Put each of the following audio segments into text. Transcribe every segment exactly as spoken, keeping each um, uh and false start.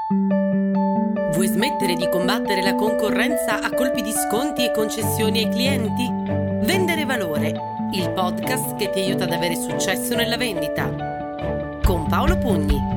Vuoi smettere di combattere la concorrenza a colpi di sconti e concessioni ai clienti? Vendere Valore, il podcast che ti aiuta ad avere successo nella vendita. Con Paolo Pugni.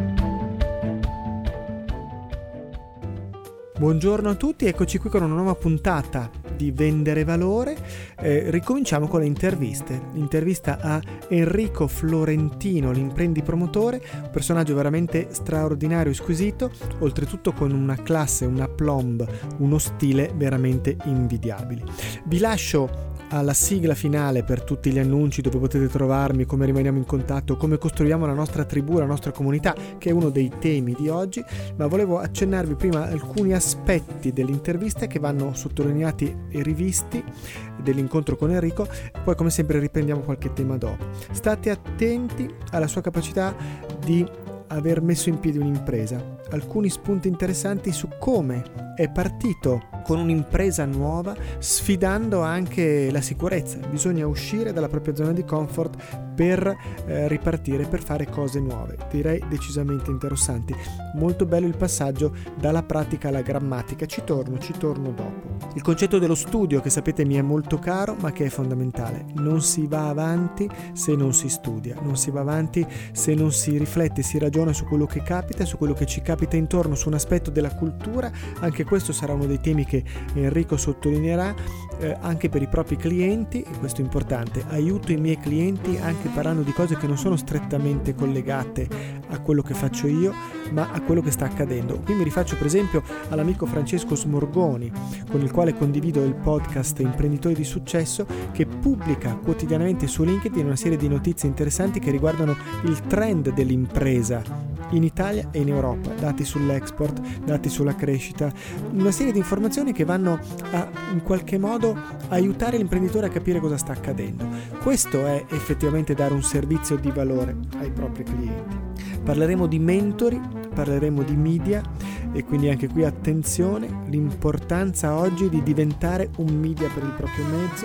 Buongiorno a tutti, eccoci qui con una nuova puntata di Vendere Valore. Eh, ricominciamo con le interviste. Intervista a Enrico Florentino, l'imprendi-promotore, un personaggio veramente straordinario e squisito, oltretutto con una classe, un aplomb, uno stile veramente invidiabili. Vi lascio alla sigla finale per tutti gli annunci, dove potete trovarmi, come rimaniamo in contatto, come costruiamo la nostra tribù, la nostra comunità, che è uno dei temi di oggi, ma volevo accennarvi prima alcuni aspetti dell'intervista che vanno sottolineati e rivisti dell'incontro con Enrico, poi come sempre riprendiamo qualche tema dopo. State attenti alla sua capacità di aver messo in piedi un'impresa, alcuni spunti interessanti su come è partito con un'impresa nuova, sfidando anche la sicurezza. Bisogna uscire dalla propria zona di comfort per eh, ripartire, per fare cose nuove. Direi decisamente interessanti. Molto bello il passaggio dalla pratica alla grammatica. Ci torno, ci torno dopo. Il concetto dello studio, che sapete mi è molto caro, ma che è fondamentale. Non si va avanti se non si studia, non si va avanti se non si riflette, si ragiona su quello che capita, su quello che ci capita intorno, su un aspetto della cultura. Anche questo sarà uno dei temi che Enrico sottolineerà, eh, anche per i propri clienti, e questo è importante. Aiuto i miei clienti anche parlando di cose che non sono strettamente collegate a quello che faccio io, ma a quello che sta accadendo. Qui mi rifaccio per esempio all'amico Francesco Smorgoni, con il quale condivido il podcast Imprenditori di Successo, che pubblica quotidianamente su LinkedIn una serie di notizie interessanti che riguardano il trend dell'impresa in Italia e in Europa, dati sull'export, dati sulla crescita, una serie di informazioni che vanno a in qualche modo aiutare l'imprenditore a capire cosa sta accadendo. Questo è effettivamente dare un servizio di valore ai propri clienti. Parleremo di mentori, parleremo di media, e quindi anche qui attenzione, l'importanza oggi di diventare un media per il proprio mezzo,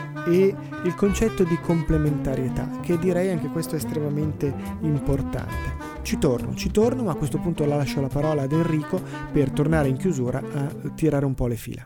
e il concetto di complementarietà, che direi anche questo è estremamente importante. Ci torno, ci torno, ma a questo punto lascio la parola ad Enrico per tornare in chiusura a tirare un po' le fila.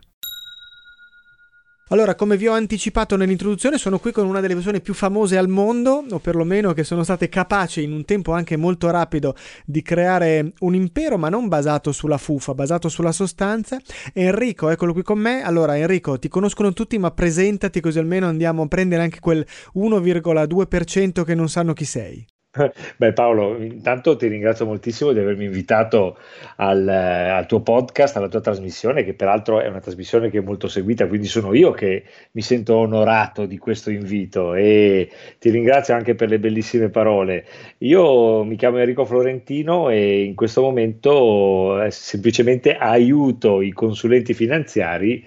Allora, come vi ho anticipato nell'introduzione, sono qui con una delle persone più famose al mondo, o perlomeno che sono state capaci in un tempo anche molto rapido di creare un impero, ma non basato sulla fuffa, basato sulla sostanza. Enrico, eccolo qui con me. Allora, Enrico, ti conoscono tutti, ma presentati così almeno andiamo a prendere anche quel uno virgola due per cento che non sanno chi sei. Beh Paolo, intanto ti ringrazio moltissimo di avermi invitato al, al tuo podcast, alla tua trasmissione, che peraltro è una trasmissione che è molto seguita, quindi sono io che mi sento onorato di questo invito, e ti ringrazio anche per le bellissime parole. Io mi chiamo Enrico Florentino e in questo momento eh, semplicemente aiuto i consulenti finanziari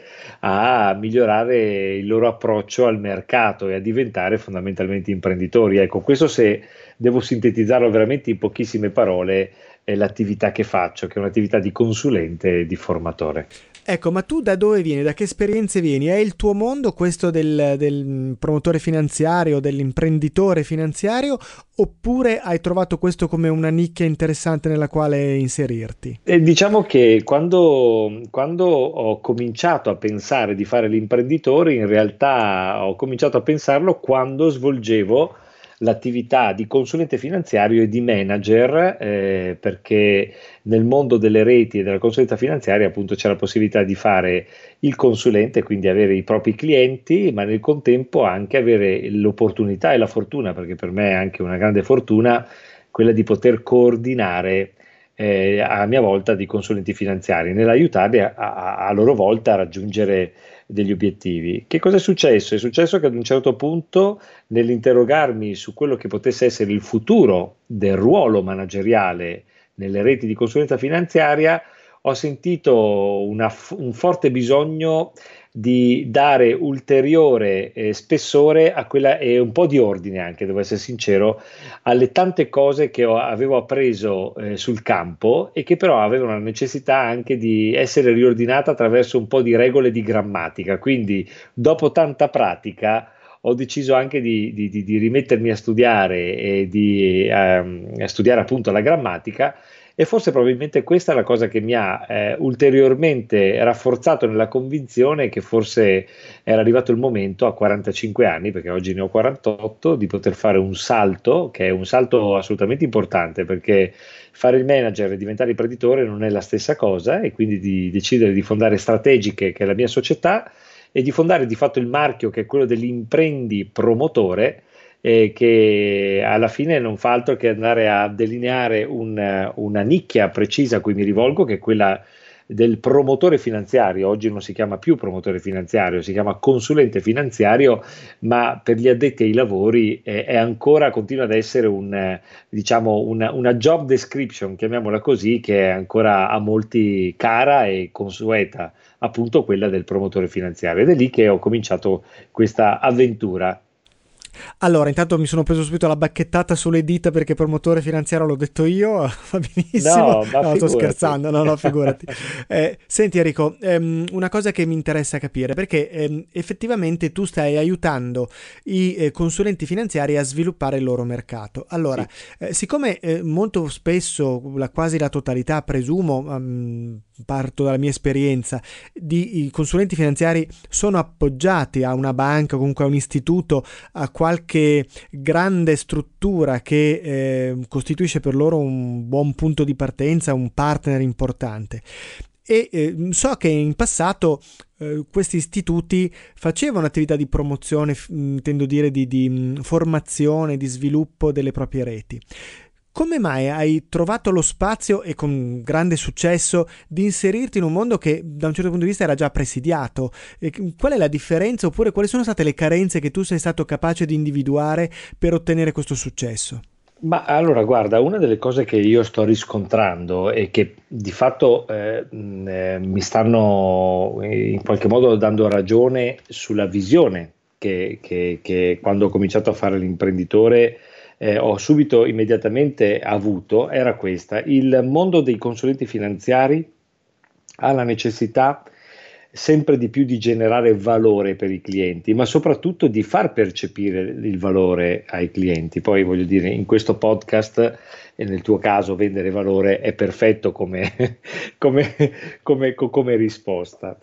a migliorare il loro approccio al mercato e a diventare fondamentalmente imprenditori. Ecco, questo, se devo sintetizzarlo veramente in pochissime parole, è l'attività che faccio, che è un'attività di consulente e di formatore. Ecco, ma tu da dove vieni? Da che esperienze vieni? È il tuo mondo questo del, del promotore finanziario, dell'imprenditore finanziario, oppure hai trovato questo come una nicchia interessante nella quale inserirti? E diciamo che quando, quando ho cominciato a pensare di fare l'imprenditore, in realtà ho cominciato a pensarlo quando svolgevo l'attività di consulente finanziario e di manager, eh, perché nel mondo delle reti e della consulenza finanziaria appunto c'è la possibilità di fare il consulente, quindi avere i propri clienti, ma nel contempo anche avere l'opportunità e la fortuna, perché per me è anche una grande fortuna, quella di poter coordinare eh, a mia volta di consulenti finanziari, nell'aiutarli a, a, a loro volta a raggiungere degli obiettivi. Che cosa è successo? È successo che ad un certo punto, nell'interrogarmi su quello che potesse essere il futuro del ruolo manageriale nelle reti di consulenza finanziaria, ho sentito una, un forte bisogno di dare ulteriore eh, spessore a quella, e un po' di ordine anche, devo essere sincero, alle tante cose che ho, avevo appreso eh, sul campo, e che però avevano la necessità anche di essere riordinata attraverso un po' di regole di grammatica. Quindi dopo tanta pratica ho deciso anche di, di, di, di rimettermi a studiare e di um, a studiare appunto la grammatica, E forse probabilmente questa è la cosa che mi ha eh, ulteriormente rafforzato nella convinzione che forse era arrivato il momento a quarantacinque anni, perché oggi ne ho quarantotto, di poter fare un salto, che è un salto assolutamente importante, perché fare il manager e diventare imprenditore non è la stessa cosa, e quindi di decidere di fondare Strategiche, che è la mia società, e di fondare di fatto il marchio che è quello dell'imprendi promotore, eh, che alla fine non fa altro che andare a delineare un, una nicchia precisa a cui mi rivolgo, che è quella del promotore finanziario. Oggi non si chiama più promotore finanziario, si chiama consulente finanziario, ma per gli addetti ai lavori eh, è ancora, continua ad essere un, eh, diciamo una, una job description, chiamiamola così, che è ancora a molti cara e consueta, appunto quella del promotore finanziario, ed è lì che ho cominciato questa avventura. Allora, intanto mi sono preso subito la bacchettata sulle dita perché promotore finanziario l'ho detto io, va benissimo. No, ma No, sto figurati. scherzando, no, no, figurati. Eh, senti Enrico, ehm, una cosa che mi interessa capire, perché ehm, effettivamente tu stai aiutando i eh, consulenti finanziari a sviluppare il loro mercato. Allora, Sì. eh, siccome eh, molto spesso, la, quasi la totalità, presumo, um, parto dalla mia esperienza, di i consulenti finanziari sono appoggiati a una banca, comunque a un istituto, a qualche grande struttura che eh, costituisce per loro un buon punto di partenza, un partner importante. E eh, so che in passato eh, questi istituti facevano attività di promozione, f- intendo dire di, di mh, formazione, di sviluppo delle proprie reti. Come mai hai trovato lo spazio, e con grande successo, di inserirti in un mondo che da un certo punto di vista era già presidiato? E qual è la differenza, oppure quali sono state le carenze che tu sei stato capace di individuare per ottenere questo successo? Ma allora, guarda, una delle cose che io sto riscontrando e che di fatto eh, mh, eh, mi stanno eh, in qualche modo dando ragione sulla visione che, che- che quando ho cominciato a fare l'imprenditore eh, ho subito immediatamente avuto, era questa: il mondo dei consulenti finanziari ha la necessità sempre di più di generare valore per i clienti, ma soprattutto di far percepire il valore ai clienti. Poi voglio dire, in questo podcast e nel tuo caso vendere valore è perfetto come, come, come, come risposta.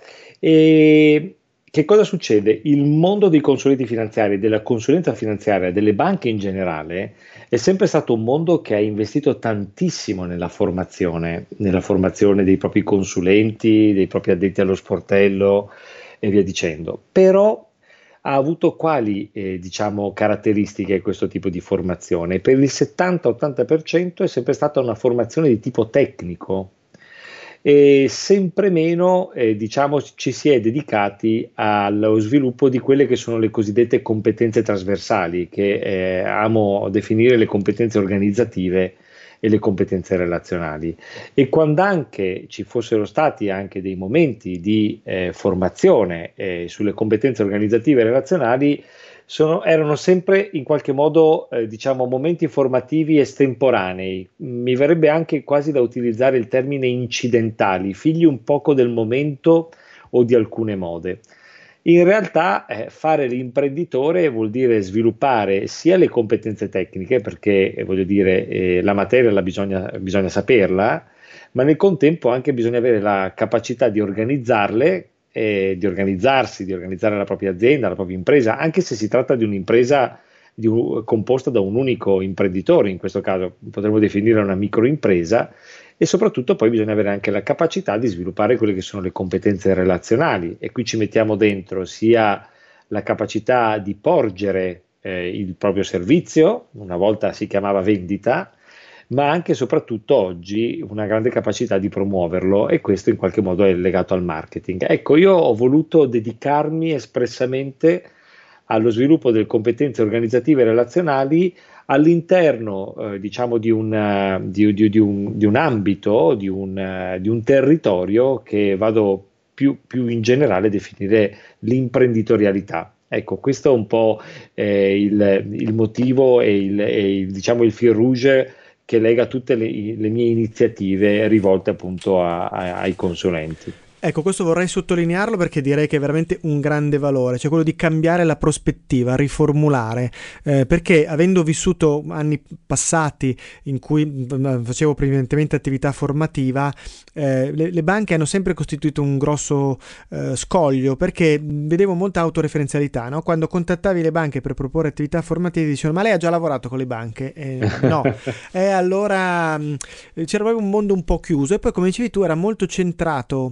E che cosa succede? Il mondo dei consulenti finanziari, della consulenza finanziaria, delle banche in generale, è sempre stato un mondo che ha investito tantissimo nella formazione, nella formazione dei propri consulenti, dei propri addetti allo sportello e via dicendo. Però ha avuto quali, eh, diciamo, caratteristiche questo tipo di formazione? Per il settanta-ottanta per cento è sempre stata una formazione di tipo tecnico, e sempre meno, eh, diciamo, ci si è dedicati allo sviluppo di quelle che sono le cosiddette competenze trasversali, che eh, amo definire le competenze organizzative e le competenze relazionali. E quando anche ci fossero stati anche dei momenti di eh, formazione eh, sulle competenze organizzative e relazionali, sono, erano sempre in qualche modo, eh, diciamo, momenti formativi estemporanei. Mi verrebbe anche quasi da utilizzare il termine incidentali, figli un poco del momento o di alcune mode. In realtà eh, fare l'imprenditore vuol dire sviluppare sia le competenze tecniche, perché eh, voglio dire, eh, la materia la bisogna, bisogna saperla, ma nel contempo anche bisogna avere la capacità di organizzarle, eh, di organizzarsi, di organizzare la propria azienda, la propria impresa, anche se si tratta di un'impresa di un, composta da un unico imprenditore. In questo caso potremmo definire una microimpresa. E soprattutto poi bisogna avere anche la capacità di sviluppare quelle che sono le competenze relazionali, e qui ci mettiamo dentro sia la capacità di porgere eh, il proprio servizio, una volta si chiamava vendita, ma anche e soprattutto oggi una grande capacità di promuoverlo, e questo in qualche modo è legato al marketing. Ecco, io ho voluto dedicarmi espressamente allo sviluppo delle competenze organizzative e relazionali all'interno eh, diciamo di un, uh, di, di, di, un, di un ambito, di un, uh, di un territorio che vado più, più in generale a definire l'imprenditorialità. Ecco, questo è un po' eh, il, il motivo e il, e il, diciamo, il fil rouge che lega tutte le, le mie iniziative rivolte appunto a, a, ai consulenti. Ecco, questo vorrei sottolinearlo perché direi che è veramente un grande valore, cioè quello di cambiare la prospettiva, riformulare, eh, perché avendo vissuto anni passati in cui facevo prevalentemente attività formativa, eh, le, le banche hanno sempre costituito un grosso eh, scoglio, perché vedevo molta autoreferenzialità, no? Quando contattavi le banche per proporre attività formative dicevano: ma lei ha già lavorato con le banche? Eh, no, e allora mh, c'era proprio un mondo un po' chiuso, e poi come dicevi tu era molto centrato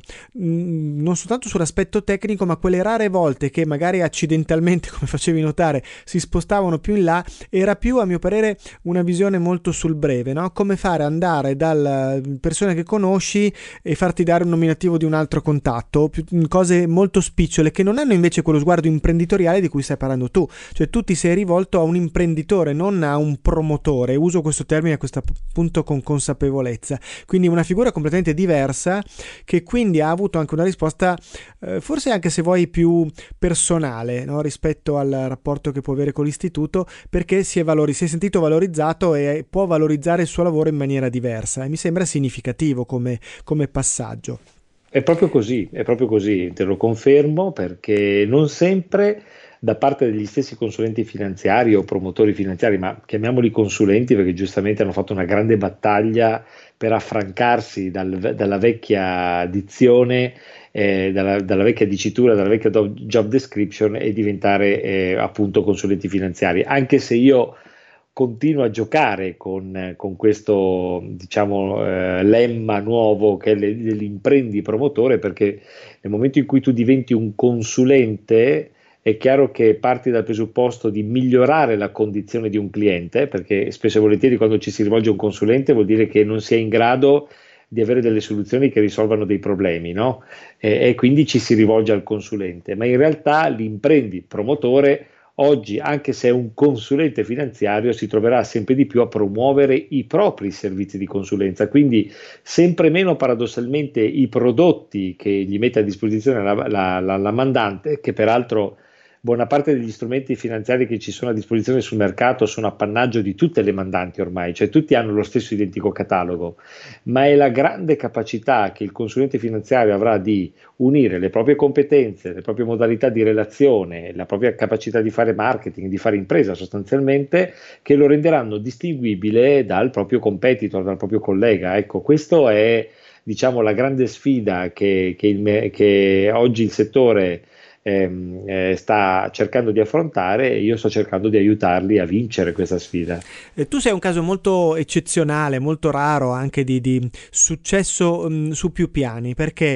non soltanto sull'aspetto tecnico, ma quelle rare volte che magari accidentalmente, come facevi notare, si spostavano più in là, era più, a mio parere, una visione molto sul breve, no? Come fare andare dalla persona che conosci e farti dare un nominativo di un altro contatto, più, cose molto spicciole che non hanno invece quello sguardo imprenditoriale di cui stai parlando tu, cioè tu ti sei rivolto a un imprenditore, non a un promotore. Uso questo termine a questo punto con consapevolezza, quindi una figura completamente diversa, che quindi ha avuto anche una risposta eh, forse anche, se vuoi, più personale, no? Rispetto al rapporto che può avere con l'istituto, perché si è, valori- si è sentito valorizzato e può valorizzare il suo lavoro in maniera diversa, e mi sembra significativo come, come passaggio. È proprio così, è proprio così, te lo confermo, perché non sempre da parte degli stessi consulenti finanziari o promotori finanziari, ma chiamiamoli consulenti perché giustamente hanno fatto una grande battaglia per affrancarsi dal, dalla vecchia dizione, eh, dalla, dalla vecchia dicitura, dalla vecchia job description, e diventare eh, appunto consulenti finanziari, anche se io continuo a giocare con, con questo, diciamo, eh, lemma nuovo che è le, l'imprendi promotore, perché nel momento in cui tu diventi un consulente è chiaro che parti dal presupposto di migliorare la condizione di un cliente, perché spesso e volentieri quando ci si rivolge a un consulente vuol dire che non si è in grado di avere delle soluzioni che risolvano dei problemi, no? E, e quindi ci si rivolge al consulente, ma in realtà l'imprendi promotore oggi, anche se è un consulente finanziario, si troverà sempre di più a promuovere i propri servizi di consulenza, quindi sempre meno paradossalmente i prodotti che gli mette a disposizione la, la, la, la mandante, che peraltro buona parte degli strumenti finanziari che ci sono a disposizione sul mercato sono appannaggio di tutte le mandanti ormai, cioè tutti hanno lo stesso identico catalogo, ma è la grande capacità che il consulente finanziario avrà di unire le proprie competenze, le proprie modalità di relazione, la propria capacità di fare marketing, di fare impresa sostanzialmente, che lo renderanno distinguibile dal proprio competitor, dal proprio collega. Ecco, questo è, diciamo, la grande sfida che, che, il, che oggi il settore Ehm, eh, sta cercando di affrontare, e io sto cercando di aiutarli a vincere questa sfida. Eh, tu sei un caso molto eccezionale, molto raro anche di, di successo mh, su più piani, perché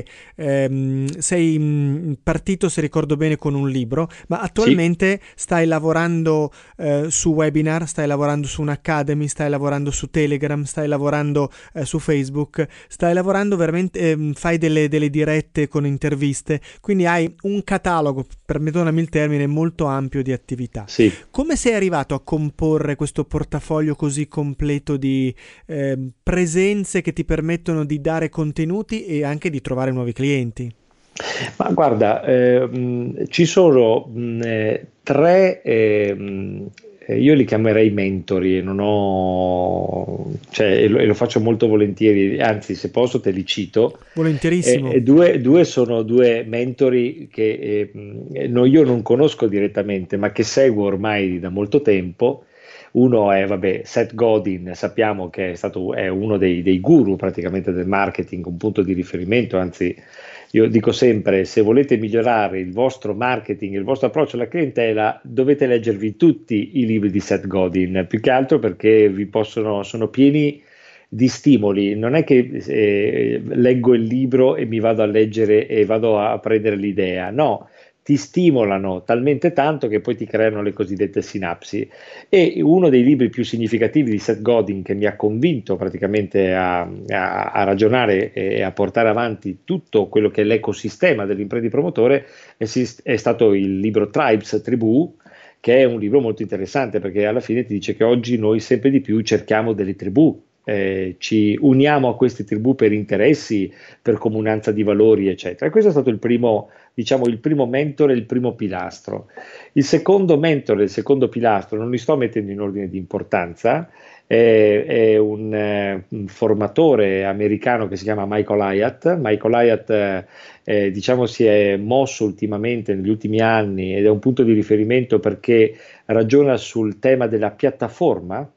ehm, sei mh, partito, se ricordo bene, con un libro, ma attualmente sì. Stai lavorando eh, su webinar, stai lavorando su un'academy, stai lavorando su Telegram, stai lavorando eh, su Facebook, stai lavorando veramente, eh, fai delle, delle dirette con interviste, quindi hai un catalogo, permettonami il termine, molto ampio di attività. Sì. Come sei arrivato a comporre questo portafoglio così completo di eh, presenze che ti permettono di dare contenuti e anche di trovare nuovi clienti? Ma guarda, eh, mh, ci sono mh, eh, tre, eh, mh, io li chiamerei mentori, e non ho, cioè, e lo, e lo faccio molto volentieri, anzi se posso te li cito. Volentierissimo. E, e due, due sono due mentori che eh, no, io non conosco direttamente, ma che seguo ormai da molto tempo. Uno è, vabbè, Seth Godin, sappiamo che è stato è uno dei, dei guru praticamente del marketing, un punto di riferimento, anzi io dico sempre, se volete migliorare il vostro marketing, il vostro approccio alla clientela, dovete leggervi tutti i libri di Seth Godin, più che altro perché vi possono, sono pieni di stimoli. Non è che eh, leggo il libro e mi vado a leggere e vado a prendere l'idea, no, ti stimolano talmente tanto che poi ti creano le cosiddette sinapsi. E uno dei libri più significativi di Seth Godin, che mi ha convinto praticamente a, a, a ragionare e a portare avanti tutto quello che è l'ecosistema dell'imprenditore, è, è stato il libro Tribes, Tribù, che è un libro molto interessante perché alla fine ti dice che oggi noi sempre di più cerchiamo delle tribù. Eh, ci uniamo a queste tribù per interessi, per comunanza di valori, eccetera. E questo è stato il primo, diciamo, il primo mentore, il primo pilastro. Il secondo mentore, il secondo pilastro, non li sto mettendo in ordine di importanza, è, è un, eh, un formatore americano che si chiama Michael Hyatt. Michael Hyatt eh, eh, diciamo si è mosso ultimamente negli ultimi anni ed è un punto di riferimento perché ragiona sul tema della piattaforma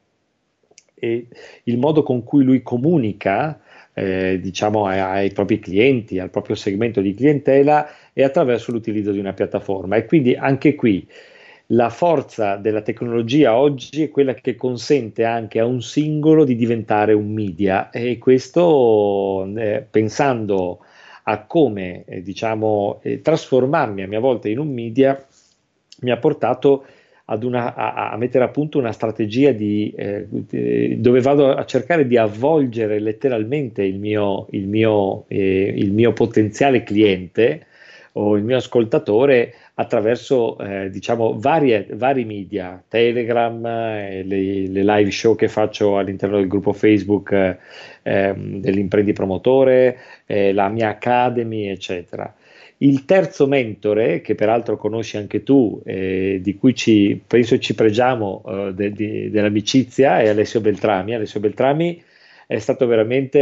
e il modo con cui lui comunica eh, diciamo ai, ai propri clienti, al proprio segmento di clientela è attraverso l'utilizzo di una piattaforma. E quindi anche qui la forza della tecnologia oggi è quella che consente anche a un singolo di diventare un media, e questo eh, pensando a come eh, diciamo eh, trasformarmi a mia volta in un media mi ha portato ad una, a, a mettere a punto una strategia di, eh, dove vado a cercare di avvolgere letteralmente il mio, il mio, eh, il mio potenziale cliente o il mio ascoltatore attraverso eh, diciamo varie, vari media, Telegram, eh, le, le live show che faccio all'interno del gruppo Facebook eh, ehm, dell'Imprendi Promotore, eh, la mia Academy, eccetera. Il terzo mentore, che peraltro conosci anche tu, eh, di cui ci, penso ci pregiamo eh, de, de, dell'amicizia, è Alessio Beltrami. Alessio Beltrami è stato veramente,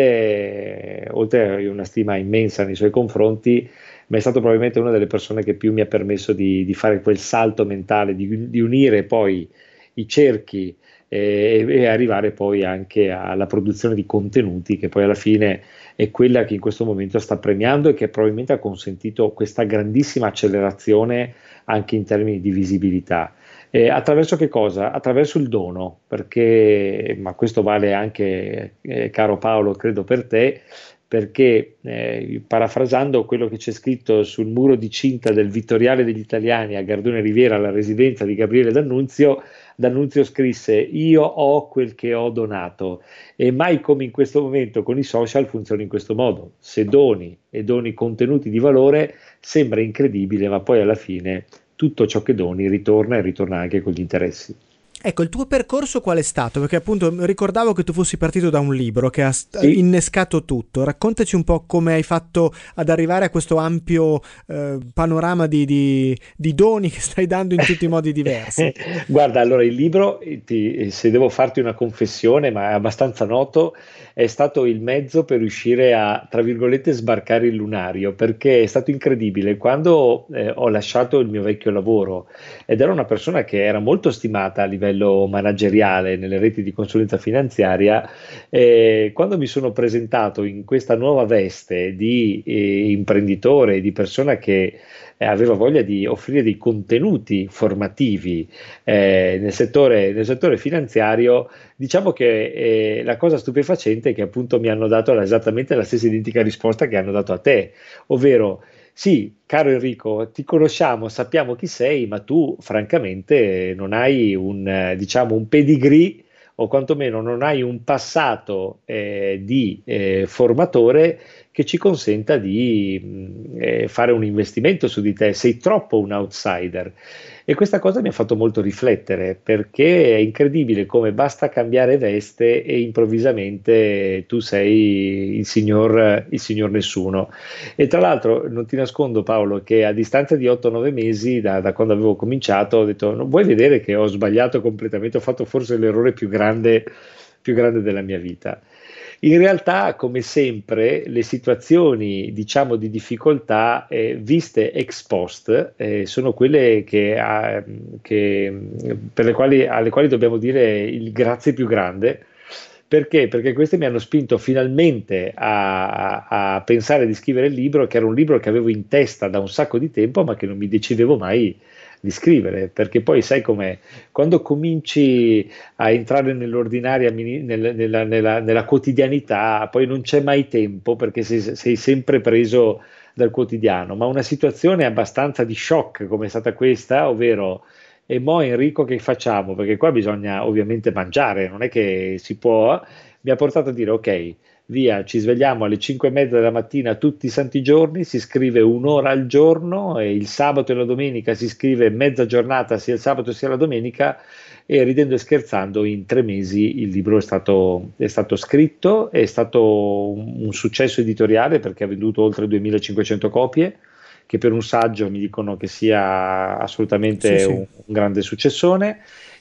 eh, oltre a una stima immensa nei suoi confronti, ma è stato probabilmente una delle persone che più mi ha permesso di, di fare quel salto mentale, di, di unire poi i cerchi eh, e arrivare poi anche alla produzione di contenuti, che poi alla fine è quella che in questo momento sta premiando e che probabilmente ha consentito questa grandissima accelerazione anche in termini di visibilità. Eh, attraverso che cosa? Attraverso il dono, perché, ma questo vale anche, eh, caro Paolo, credo per te, perché eh, parafrasando quello che c'è scritto sul muro di cinta del Vittoriale degli Italiani a Gardone Riviera, alla residenza di Gabriele D'Annunzio, D'Annunzio scrisse: io ho quel che ho donato. E mai come in questo momento con i social funziona in questo modo: se doni e doni contenuti di valore sembra incredibile, ma poi alla fine tutto ciò che doni ritorna e ritorna anche con gli interessi. Ecco, il tuo percorso qual è stato? Perché appunto ricordavo che tu fossi partito da un libro che ha Sì. innescato tutto. Raccontaci un po' come hai fatto ad arrivare a questo ampio eh, panorama di, di, di doni che stai dando in tutti i modi diversi. Guarda, allora il libro, ti, se devo farti una confessione, ma è abbastanza noto, è stato il mezzo per riuscire a, tra virgolette, sbarcare il lunario, perché è stato incredibile. Quando eh, ho lasciato il mio vecchio lavoro, ed ero una persona che era molto stimata a livello manageriale nelle reti di consulenza finanziaria, eh, quando mi sono presentato in questa nuova veste di eh, imprenditore, di persona che eh, aveva voglia di offrire dei contenuti formativi eh, nel settore, nel settore finanziario, diciamo che eh, la cosa stupefacente è che appunto mi hanno dato la, esattamente la stessa identica risposta che hanno dato a te, ovvero: sì, caro Enrico, ti conosciamo, sappiamo chi sei, ma tu francamente non hai un, eh, diciamo, un pedigree, o quantomeno non hai un passato eh, di eh, formatore che ci consenta di mh, eh, fare un investimento su di te. Sei troppo un outsider. E questa cosa mi ha fatto molto riflettere, perché è incredibile come basta cambiare veste e improvvisamente tu sei il signor, il signor nessuno. E tra l'altro non ti nascondo, Paolo, che a distanza di otto nove mesi da, da quando avevo cominciato ho detto: non vuoi vedere che ho sbagliato completamente, ho fatto forse l'errore più grande, più grande della mia vita. In realtà, come sempre, le situazioni, diciamo, di difficoltà eh, viste ex post eh, sono quelle che, ah, che, per le quali, alle quali dobbiamo dire il grazie più grande. Perché? Perché queste mi hanno spinto finalmente a, a, a pensare di scrivere il libro, che era un libro che avevo in testa da un sacco di tempo, ma che non mi decidevo mai di scrivere, perché poi sai com'è, quando cominci a entrare nell'ordinaria, nel, nella, nella, nella quotidianità, poi non c'è mai tempo, perché sei, sei sempre preso dal quotidiano. Ma una situazione abbastanza di shock come è stata questa, ovvero: e mo Enrico che facciamo? Perché qua bisogna ovviamente mangiare, non è che si può, mi ha portato a dire: ok, via, ci svegliamo alle cinque e mezza della mattina tutti i santi giorni, si scrive un'ora al giorno, e il sabato e la domenica si scrive mezza giornata sia il sabato sia la domenica, e ridendo e scherzando in tre mesi il libro è stato, è stato scritto, è stato un, un successo editoriale perché ha venduto oltre duemilacinquecento copie, che per un saggio mi dicono che sia assolutamente Sì, sì. un, un grande successone.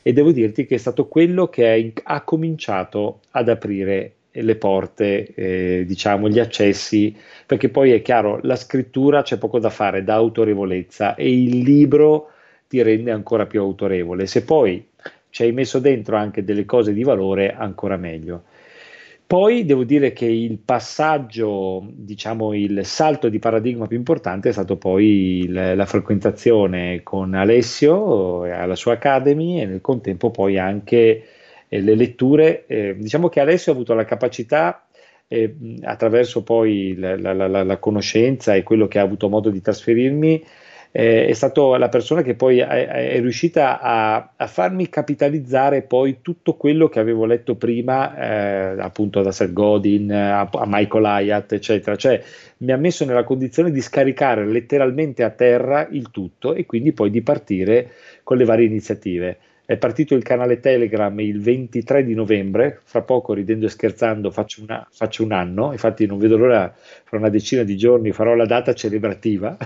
e devo dirti che è stato quello che è, ha cominciato ad aprire le porte, eh, diciamo, gli accessi, perché poi è chiaro, la scrittura c'è poco da fare, dà autorevolezza e il libro ti rende ancora più autorevole. Se poi ci hai messo dentro anche delle cose di valore, ancora meglio. Poi devo dire che il passaggio, diciamo il salto di paradigma più importante è stato poi il, la frequentazione con Alessio alla sua Academy e nel contempo poi anche eh, le letture. Eh, diciamo che Alessio ha avuto la capacità, eh, attraverso poi la, la, la, la conoscenza e quello che ha avuto modo di trasferirmi, eh, è stato la persona che poi è, è riuscita a, a farmi capitalizzare poi tutto quello che avevo letto prima, eh, appunto da Seth Godin a, a Michael Hyatt, eccetera. Cioè mi ha messo nella condizione di scaricare letteralmente a terra il tutto e quindi poi di partire con le varie iniziative. È partito il canale Telegram il ventitré di novembre, fra poco, ridendo e scherzando, faccio, una, faccio un anno, infatti non vedo l'ora, fra una decina di giorni farò la data celebrativa.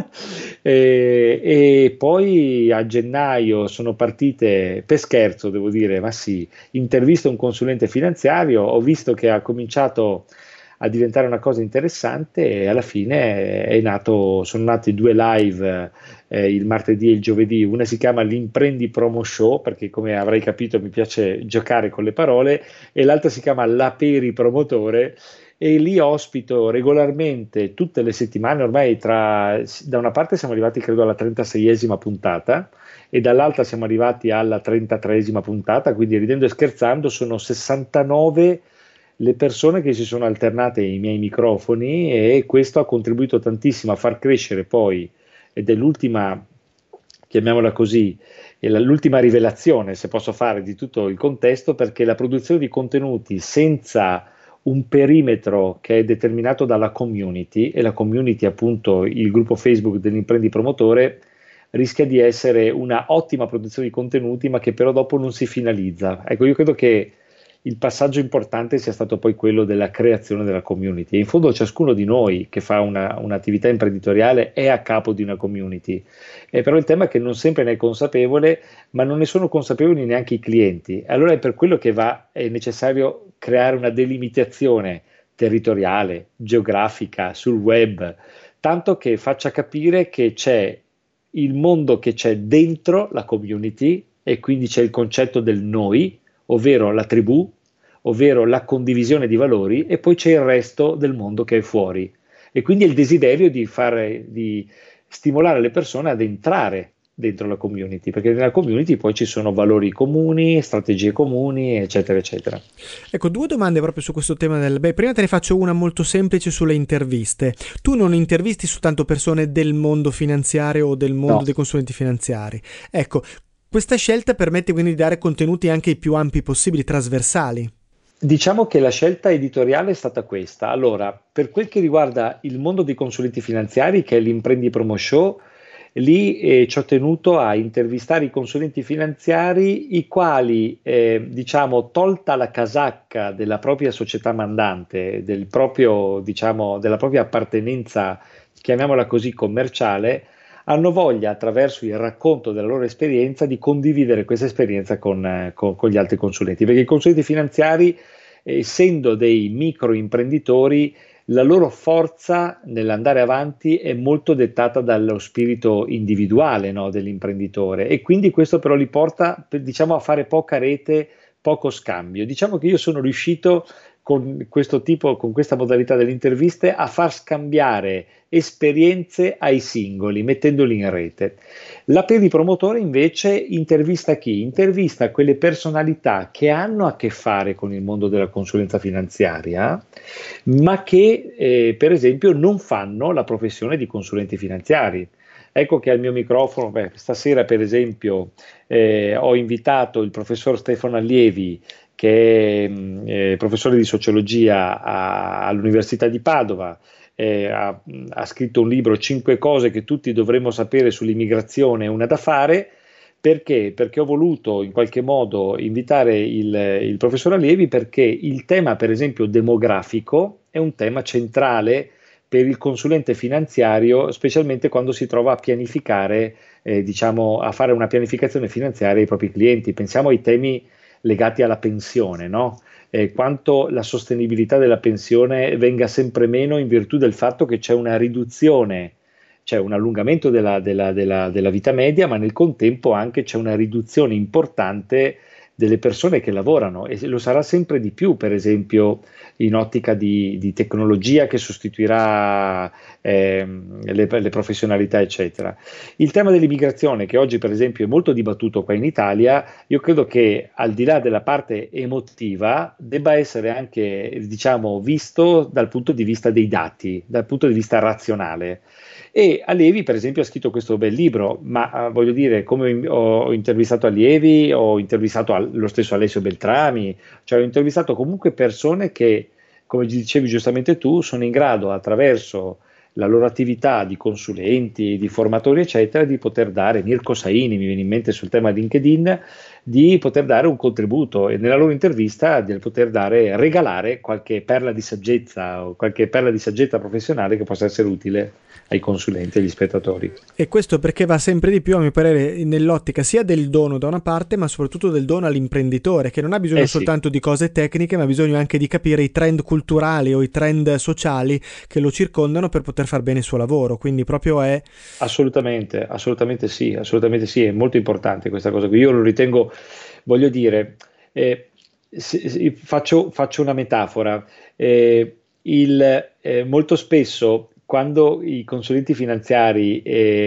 e, e poi a gennaio sono partite, per scherzo devo dire, ma sì, intervisto un consulente finanziario, ho visto che ha cominciato a diventare una cosa interessante e alla fine è nato, sono nati due live, eh, il martedì e il giovedì. Una si chiama l'Imprendi Promo Show, perché come avrai capito mi piace giocare con le parole, e l'altra si chiama La Peri Promotore, e lì ospito regolarmente tutte le settimane, ormai tra, da una parte siamo arrivati credo alla trentaseiesima puntata e dall'altra siamo arrivati alla trentatreesima puntata, quindi ridendo e scherzando sono sessantanove le persone che si sono alternate ai miei microfoni, e questo ha contribuito tantissimo a far crescere poi, ed è l'ultima, chiamiamola così, è la, l'ultima rivelazione, se posso fare, di tutto il contesto, perché la produzione di contenuti senza un perimetro che è determinato dalla community, e la community appunto il gruppo Facebook dell'Imprendi Promotore, rischia di essere una ottima produzione di contenuti ma che però dopo non si finalizza. Ecco, io credo che il passaggio importante sia stato poi quello della creazione della community, e in fondo ciascuno di noi che fa una, un'attività imprenditoriale è a capo di una community, e però il tema è che non sempre ne è consapevole, ma non ne sono consapevoli neanche i clienti. Allora è per quello che va, è necessario creare una delimitazione territoriale, geografica, sul web, tanto che faccia capire che c'è il mondo che c'è dentro la community, e quindi c'è il concetto del noi, ovvero la tribù, ovvero la condivisione di valori, e poi c'è il resto del mondo che è fuori, e quindi il desiderio di fare, di stimolare le persone ad entrare dentro la community, perché nella community poi ci sono valori comuni, strategie comuni, eccetera eccetera. Ecco, due domande proprio su questo tema del... Beh, prima te ne faccio una molto semplice sulle interviste. Tu non intervisti soltanto persone del mondo finanziario o del mondo no. dei consulenti finanziari. Ecco, questa scelta permette quindi di dare contenuti anche i più ampi possibili, trasversali. Diciamo che la scelta editoriale è stata questa. Allora, per quel che riguarda il mondo dei consulenti finanziari, che è l'Imprendi Promo Show, lì eh, ci ho tenuto a intervistare i consulenti finanziari, i quali, eh, diciamo, tolta la casacca della propria società mandante, del proprio, diciamo, della propria appartenenza, chiamiamola così, commerciale, hanno voglia, attraverso il racconto della loro esperienza, di condividere questa esperienza con, eh, con, con gli altri consulenti, perché i consulenti finanziari, eh, essendo dei microimprenditori, la loro forza nell'andare avanti è molto dettata dallo spirito individuale, no, dell'imprenditore, e quindi questo però li porta, diciamo, a fare poca rete, poco scambio. Diciamo che io sono riuscito con questo tipo, con questa modalità delle interviste, a far scambiare esperienze ai singoli, mettendoli in rete. La Peri Promotore invece intervista chi? Intervista quelle personalità che hanno a che fare con il mondo della consulenza finanziaria, ma che eh, per esempio non fanno la professione di consulenti finanziari. Ecco che al mio microfono, beh, stasera per esempio eh, ho invitato il professor Stefano Allievi, che è eh, professore di sociologia a, all'Università di Padova, eh, ha, ha scritto un libro, cinque cose che tutti dovremmo sapere sull'immigrazione, una da fare. Perché? Perché ho voluto in qualche modo invitare il, il professor Allievi, perché il tema, per esempio, demografico è un tema centrale per il consulente finanziario, specialmente quando si trova a pianificare, eh, diciamo, a fare una pianificazione finanziaria ai propri clienti. Pensiamo ai temi legati alla pensione, no? Eh, quanto la sostenibilità della pensione venga sempre meno in virtù del fatto che c'è una riduzione, c'è un allungamento della, della, della, della vita media, ma nel contempo anche c'è una riduzione importante delle persone che lavorano, e lo sarà sempre di più, per esempio in ottica di, di tecnologia che sostituirà eh, le, le professionalità, eccetera. Il tema dell'immigrazione, che oggi per esempio è molto dibattuto qua in Italia, io credo che al di là della parte emotiva debba essere anche, diciamo, visto dal punto di vista dei dati, dal punto di vista razionale. E Allevi, per esempio, ha scritto questo bel libro, ma uh, voglio dire, come ho intervistato Allievi, ho intervistato al, lo stesso Alessio Beltrami, cioè ho intervistato comunque persone che, come dicevi giustamente tu, sono in grado, attraverso la loro attività di consulenti, di formatori, eccetera, di poter dare, Mirko Saini mi viene in mente sul tema LinkedIn, di poter dare un contributo, e nella loro intervista di poter dare, regalare qualche perla di saggezza o qualche perla di saggezza professionale che possa essere utile ai consulenti e agli spettatori. E questo perché va sempre di più, a mio parere, nell'ottica sia del dono da una parte, ma soprattutto del dono all'imprenditore, che non ha bisogno eh sì. soltanto di cose tecniche, ma ha bisogno anche di capire i trend culturali o i trend sociali che lo circondano per poter far bene il suo lavoro. Quindi proprio è... Assolutamente, assolutamente sì, assolutamente sì, è molto importante questa cosa qui. Io lo ritengo, voglio dire, eh, se, se, faccio, faccio una metafora, eh, il, eh, molto spesso quando i consulenti finanziari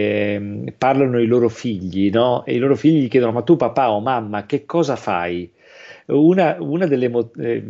eh, parlano ai loro figli, no? E i loro figli gli chiedono: ma tu papà o mamma che cosa fai? Una, una delle eh,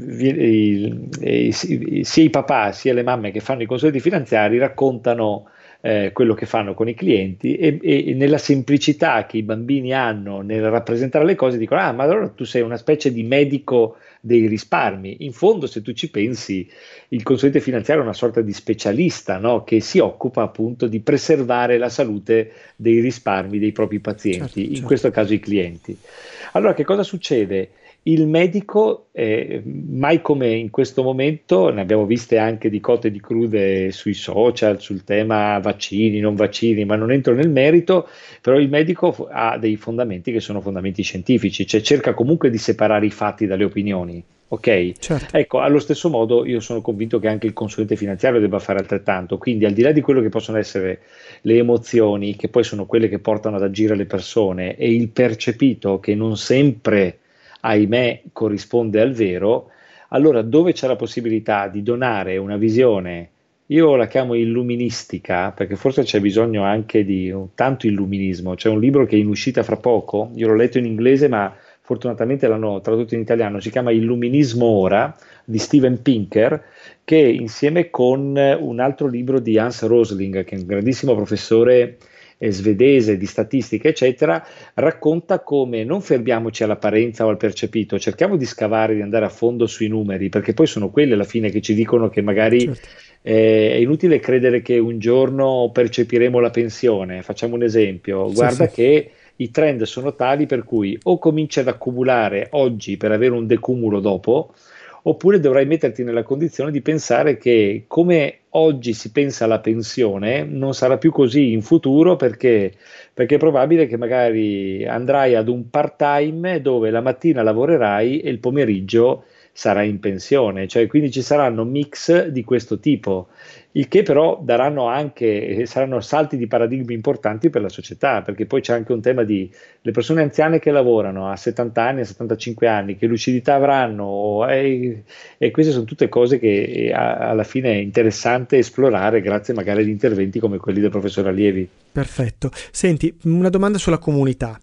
eh, eh, sia i papà sia le mamme che fanno i consulenti finanziari raccontano eh, quello che fanno con i clienti, e, e nella semplicità che i bambini hanno nel rappresentare le cose dicono: ah, ma allora tu sei una specie di medico dei risparmi. In fondo, se tu ci pensi, il consulente finanziario è una sorta di specialista, no? Che si occupa appunto di preservare la salute dei risparmi dei propri pazienti, certo, in certo. questo caso i clienti. Allora, che cosa succede? Il medico, eh, mai come in questo momento, ne abbiamo viste anche di cotte e di crude sui social sul tema vaccini, non vaccini, ma non entro nel merito, però il medico ha dei fondamenti che sono fondamenti scientifici, cioè cerca comunque di separare i fatti dalle opinioni. Ok? Certo. Ecco, allo stesso modo io sono convinto che anche il consulente finanziario debba fare altrettanto, quindi al di là di quello che possono essere le emozioni, che poi sono quelle che portano ad agire le persone, e il percepito che non sempre, ahimè, corrisponde al vero, allora dove c'è la possibilità di donare una visione, io la chiamo illuministica, perché forse c'è bisogno anche di un, tanto illuminismo. C'è un libro che è in uscita fra poco, io l'ho letto in inglese ma fortunatamente l'hanno tradotto in italiano, si chiama Illuminismo Ora, di Steven Pinker, che insieme con un altro libro di Hans Rosling, che è un grandissimo professore eh, svedese di statistica, eccetera, racconta come non fermiamoci all'apparenza o al percepito, cerchiamo di scavare, di andare a fondo sui numeri, perché poi sono quelli alla fine che ci dicono che magari... Certo. Eh, è inutile credere che un giorno percepiremo la pensione. Facciamo un esempio, guarda sì, sì. che i trend sono tali per cui o cominci ad accumulare oggi per avere un decumulo dopo, oppure dovrai metterti nella condizione di pensare che come oggi si pensa alla pensione non sarà più così in futuro, perché, perché è probabile che magari andrai ad un part-time dove la mattina lavorerai e il pomeriggio sarà in pensione, cioè quindi ci saranno mix di questo tipo, il che però daranno anche, saranno salti di paradigmi importanti per la società, perché poi c'è anche un tema di le persone anziane che lavorano a settanta anni, a settantacinque anni, che lucidità avranno, e, e queste sono tutte cose che a, alla fine è interessante esplorare grazie magari ad interventi come quelli del professor Allievi. Perfetto. Senti, una domanda sulla comunità.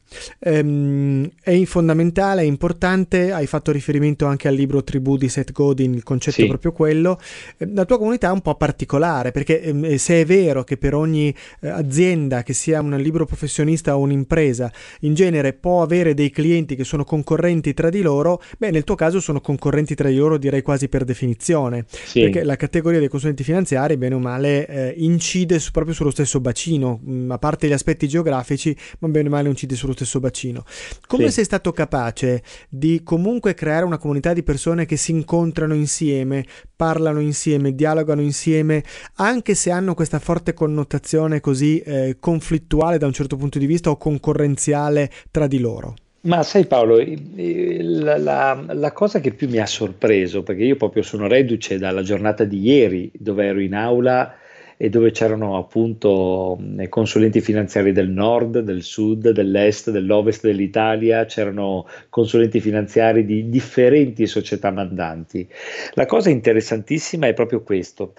Ehm, è fondamentale, è importante, hai fatto riferimento anche al libro Tribù di Seth Godin, il concetto sì. è proprio quello. La tua comunità è un po' particolare, perché eh, se è vero che per ogni eh, azienda, che sia un libero professionista o un'impresa, in genere può avere dei clienti che sono concorrenti tra di loro, beh, nel tuo caso sono concorrenti tra di loro, direi quasi per definizione, sì. perché la categoria dei consulenti finanziari, bene o male, eh, incide su, proprio sullo stesso bacino, a parte gli aspetti geografici, ma bene o male incide sullo stesso bacino. Come sì. sei stato capace di comunque creare una comunità di persone che si incontrano insieme, parlano insieme, dialogano insieme anche se hanno questa forte connotazione così eh, conflittuale da un certo punto di vista o concorrenziale tra di loro? Ma sai Paolo, la, la, la cosa che più mi ha sorpreso, perché io proprio sono reduce dalla giornata di ieri dove ero in aula e dove c'erano appunto consulenti finanziari del nord, del sud, dell'est, dell'ovest dell'Italia, c'erano consulenti finanziari di differenti società mandanti. La cosa interessantissima è proprio questo.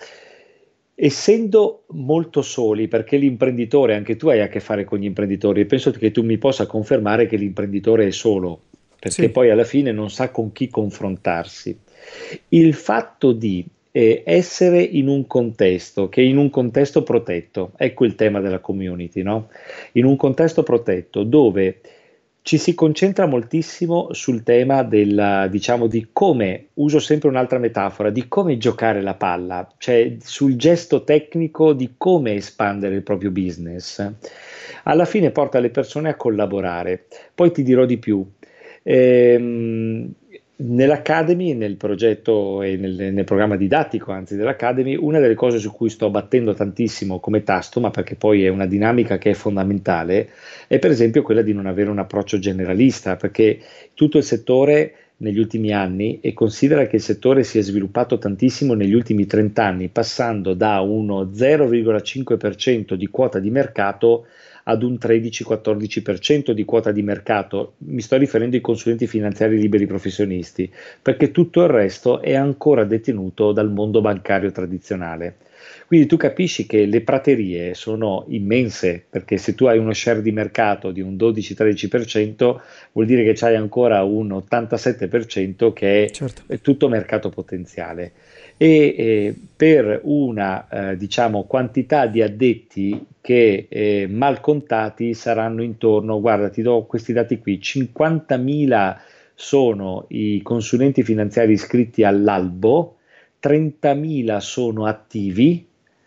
Essendo molto soli, perché l'imprenditore, anche tu hai a che fare con gli imprenditori, e penso che tu mi possa confermare che l'imprenditore è solo, perché Sì. poi alla fine non sa con chi confrontarsi. Il fatto di eh, essere in un contesto, che è in un contesto protetto, ecco il tema della community, no? In un contesto protetto dove ci si concentra moltissimo sul tema della, diciamo, di come, uso sempre un'altra metafora, di come giocare la palla, cioè sul gesto tecnico di come espandere il proprio business. Alla fine porta le persone a collaborare. Poi ti dirò di più. Ehm, Nell'Academy, nel progetto e nel, nel programma didattico, anzi dell'Academy, una delle cose su cui sto battendo tantissimo come tasto, ma perché poi è una dinamica che è fondamentale, è per esempio quella di non avere un approccio generalista, perché tutto il settore negli ultimi anni, e considera che il settore si è sviluppato tantissimo negli ultimi trenta anni, passando da uno zero virgola cinque per cento di quota di mercato ad un tredici quattordici per cento di quota di mercato. Mi sto riferendo ai consulenti finanziari liberi professionisti, perché tutto il resto è ancora detenuto dal mondo bancario tradizionale. Quindi tu capisci che le praterie sono immense, perché se tu hai uno share di mercato di un dodici tredici per cento vuol dire che c'hai ancora un ottantasette per cento che è, Certo. è tutto mercato potenziale. E eh, per una eh, diciamo quantità di addetti che eh, mal contati saranno intorno, guarda ti do questi dati qui, cinquantamila sono i consulenti finanziari iscritti all'albo, trentamila sono attivi,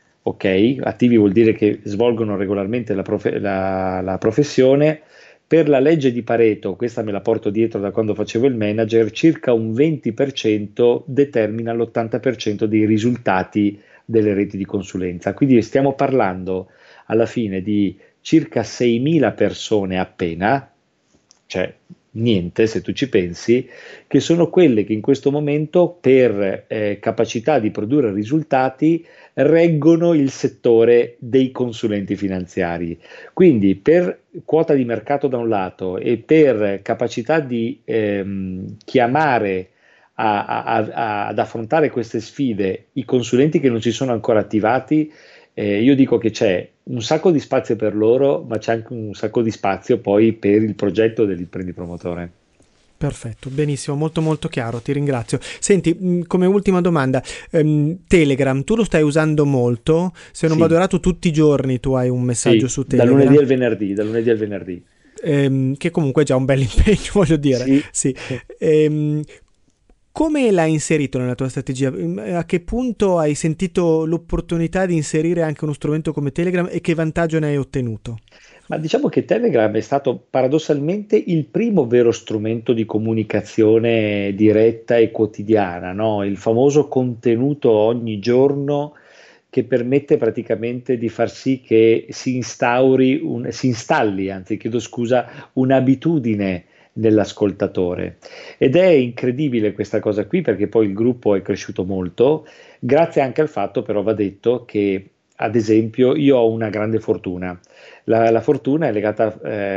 ok? Attivi vuol dire che svolgono regolarmente la, profe- la, la professione. Per la legge di Pareto, questa me la porto dietro da quando facevo il manager, circa un venti per cento determina l'ottanta per cento dei risultati delle reti di consulenza. Quindi stiamo parlando alla fine di circa seimila persone appena, cioè niente se tu ci pensi, che sono quelle che in questo momento per eh, capacità di produrre risultati reggono il settore dei consulenti finanziari. Quindi per quota di mercato da un lato e per capacità di ehm, chiamare a, a, a, ad affrontare queste sfide i consulenti che non si sono ancora attivati, eh, io dico che c'è un sacco di spazio per loro, ma c'è anche un sacco di spazio poi per il progetto dell'imprenditore. Perfetto, benissimo, molto molto chiaro, ti ringrazio. Senti, come ultima domanda, ehm, Telegram, tu lo stai usando molto? Se non Sì. vado errato, tutti i giorni tu hai un messaggio Sì, su da Telegram. lunedì al venerdì, da lunedì al venerdì. Ehm, che comunque è già un bel impegno, voglio dire. Sì. Sì. Ehm, come l'hai inserito nella tua strategia? A che punto hai sentito l'opportunità di inserire anche uno strumento come Telegram e che vantaggio ne hai ottenuto? Ma diciamo che Telegram è stato paradossalmente il primo vero strumento di comunicazione diretta e quotidiana, no? Il famoso contenuto ogni giorno che permette praticamente di far sì che si instauri, un, si installi, anzi chiedo scusa, un'abitudine nell'ascoltatore. Ed è incredibile questa cosa qui perché poi il gruppo è cresciuto molto, grazie anche al fatto, però va detto, che ad esempio io ho una grande fortuna. La, la fortuna è legata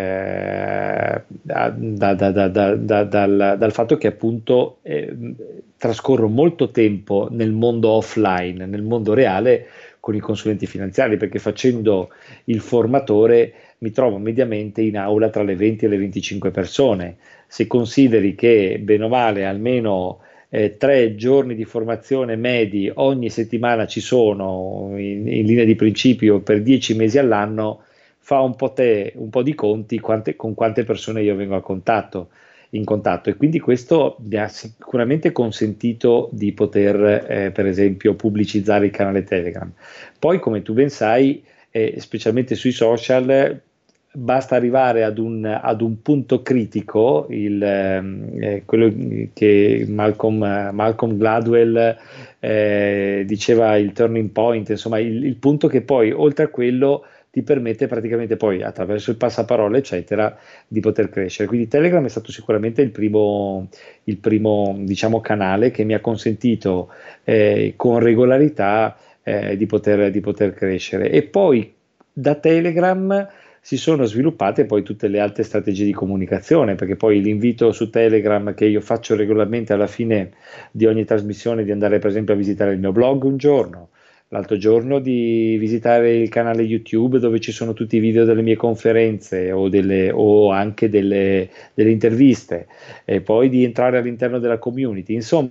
eh, a, da, da, da, da, dal, dal fatto che appunto eh, trascorro molto tempo nel mondo offline, nel mondo reale con i consulenti finanziari, perché facendo il formatore mi trovo mediamente in aula tra le venti e le venticinque persone. Se consideri che bene o male almeno Eh, tre giorni di formazione medi ogni settimana ci sono in, in linea di principio per dieci mesi all'anno, fa un po' te, un po' di conti quante, con quante persone io vengo a contatto, in contatto, e quindi questo mi ha sicuramente consentito di poter eh, per esempio pubblicizzare il canale Telegram. Poi come tu ben sai, eh, specialmente sui social, basta arrivare ad un, ad un punto critico, il, eh, quello che Malcolm, Malcolm Gladwell eh, diceva il turning point, insomma il, il punto che poi oltre a quello ti permette praticamente poi attraverso il passaparola eccetera di poter crescere. Quindi Telegram è stato sicuramente il primo, il primo diciamo canale che mi ha consentito eh, con regolarità eh, di poter, di poter crescere, e poi da Telegram si sono sviluppate poi tutte le altre strategie di comunicazione, perché poi l'invito su Telegram che io faccio regolarmente alla fine di ogni trasmissione, di andare per esempio a visitare il mio blog un giorno, l'altro giorno di visitare il canale YouTube dove ci sono tutti i video delle mie conferenze o, delle, o anche delle, delle interviste, e poi di entrare all'interno della community, insomma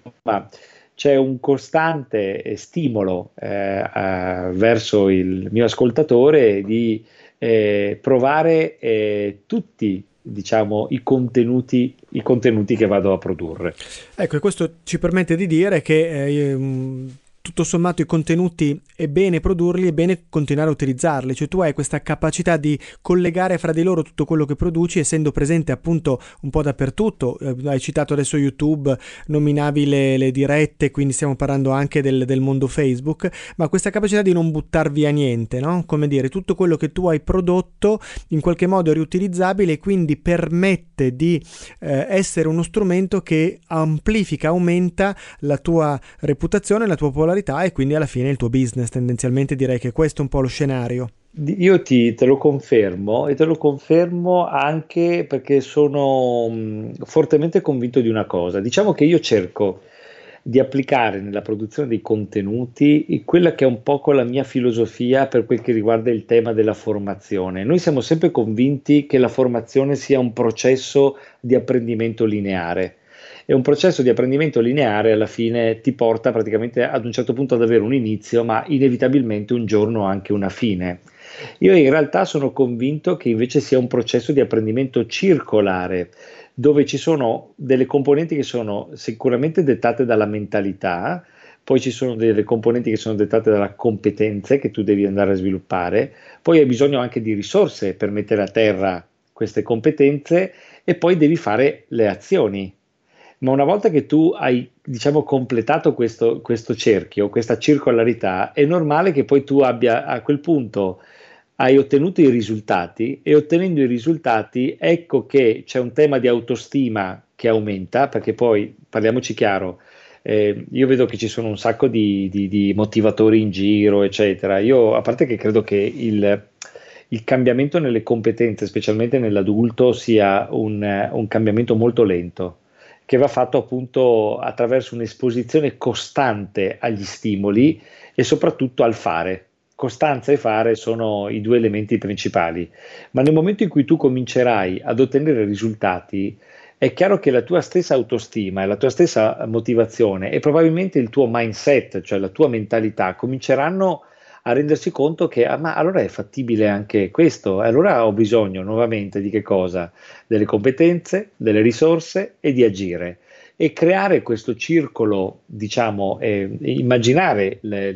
c'è un costante stimolo eh, eh, verso il mio ascoltatore di eh, provare eh, tutti diciamo i contenuti, i contenuti che vado a produrre. Ecco, e questo ci permette di dire che eh, tutto sommato i contenuti è bene produrli, è bene continuare a utilizzarli, cioè tu hai questa capacità di collegare fra di loro tutto quello che produci, essendo presente appunto un po' dappertutto. Eh, hai citato adesso YouTube, nominavi le, le dirette, quindi stiamo parlando anche del, del mondo Facebook, ma questa capacità di non buttar via niente, no? Come dire, tutto quello che tu hai prodotto in qualche modo è riutilizzabile e quindi permette di eh, essere uno strumento che amplifica, aumenta la tua reputazione, la tua popolarità e quindi alla fine il tuo business. Tendenzialmente direi che questo è un po' lo scenario. Io ti, te lo confermo, e te lo confermo anche perché sono mh, fortemente convinto di una cosa. Diciamo che io cerco di applicare nella produzione dei contenuti quella che è un poco la mia filosofia per quel che riguarda il tema della formazione. Noi siamo sempre convinti che la formazione sia un processo di apprendimento lineare. E un processo di apprendimento lineare alla fine ti porta praticamente ad un certo punto ad avere un inizio, ma inevitabilmente un giorno anche una fine. Io in realtà sono convinto che invece sia un processo di apprendimento circolare, dove ci sono delle componenti che sono sicuramente dettate dalla mentalità, poi ci sono delle componenti che sono dettate dalle competenze che tu devi andare a sviluppare, poi hai bisogno anche di risorse per mettere a terra queste competenze e poi devi fare le azioni. Ma una volta che tu hai, diciamo, completato questo, questo cerchio, questa circolarità, è normale che poi tu abbia a quel punto hai ottenuto i risultati, e ottenendo i risultati ecco che c'è un tema di autostima che aumenta, perché poi parliamoci chiaro, eh, io vedo che ci sono un sacco di, di, di motivatori in giro eccetera. Io, a parte che credo che il, il cambiamento nelle competenze, specialmente nell'adulto, sia un, un cambiamento molto lento, che va fatto appunto attraverso un'esposizione costante agli stimoli e soprattutto al fare. Costanza e fare sono i due elementi principali, ma nel momento in cui tu comincerai ad ottenere risultati, è chiaro che la tua stessa autostima e la tua stessa motivazione e probabilmente il tuo mindset, cioè la tua mentalità, cominceranno a rendersi conto che ah, ma allora è fattibile anche questo, allora ho bisogno nuovamente di che cosa? Delle competenze, delle risorse e di agire, e creare questo circolo, diciamo, eh, immaginare le,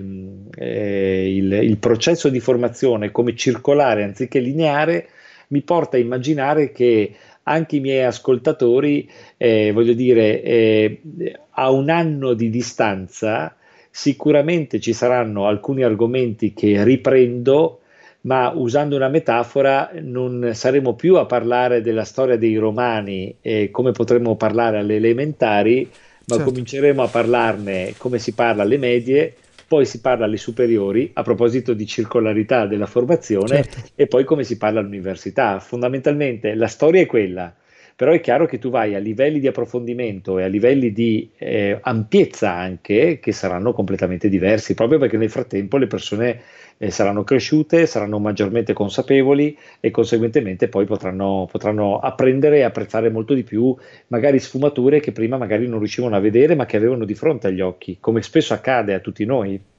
eh, il, il processo di formazione come circolare anziché lineare mi porta a immaginare che anche i miei ascoltatori, eh, voglio dire, eh, a un anno di distanza sicuramente ci saranno alcuni argomenti che riprendo, ma usando una metafora non saremo più a parlare della storia dei Romani e come potremmo parlare alle elementari, ma certo, cominceremo a parlarne come si parla alle medie, poi si parla alle superiori, a proposito di circolarità della formazione, certo, e poi come si parla all'università. Fondamentalmente la storia è quella, però è chiaro che tu vai a livelli di approfondimento e a livelli di eh, ampiezza anche che saranno completamente diversi, proprio perché nel frattempo le persone eh, saranno cresciute, saranno maggiormente consapevoli e conseguentemente poi potranno, potranno apprendere e apprezzare molto di più magari sfumature che prima magari non riuscivano a vedere ma che avevano di fronte agli occhi, come spesso accade a tutti noi.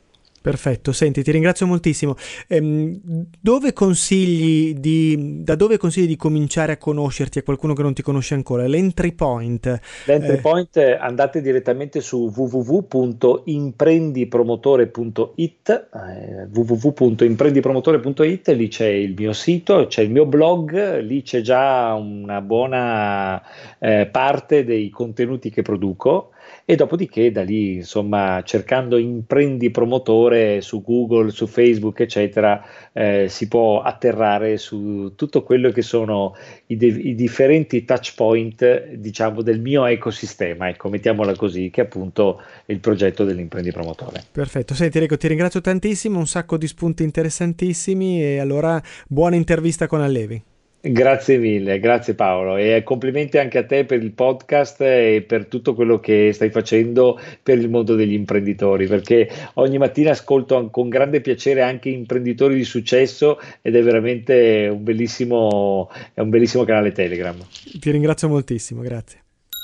Perfetto, senti, ti ringrazio moltissimo. Ehm, dove consigli di, da dove consigli di cominciare a conoscerti a qualcuno che non ti conosce ancora? L'entry point? L'entry Eh, point, eh, andate direttamente su w w w punto imprendipromotore punto i t, eh, w w w punto imprendipromotore punto i t, lì c'è il mio sito, c'è il mio blog, lì c'è già una buona eh, parte dei contenuti che produco. E dopodiché da lì, insomma, cercando imprendi promotore su Google, su Facebook, eccetera, eh, si può atterrare su tutto quello che sono i, de- i differenti touch point, diciamo, del mio ecosistema, ecco, mettiamola così, che è appunto il progetto dell'imprendi promotore. perfetto, senti Enrico, ti ringrazio tantissimo, un sacco di spunti interessantissimi e allora buona intervista con Allevi. Grazie mille, grazie Paolo, e complimenti anche a te per il podcast e per tutto quello che stai facendo per il mondo degli imprenditori, perché ogni mattina ascolto con grande piacere anche imprenditori di successo ed è veramente un bellissimo, è un bellissimo canale Telegram. Ti ringrazio moltissimo, grazie.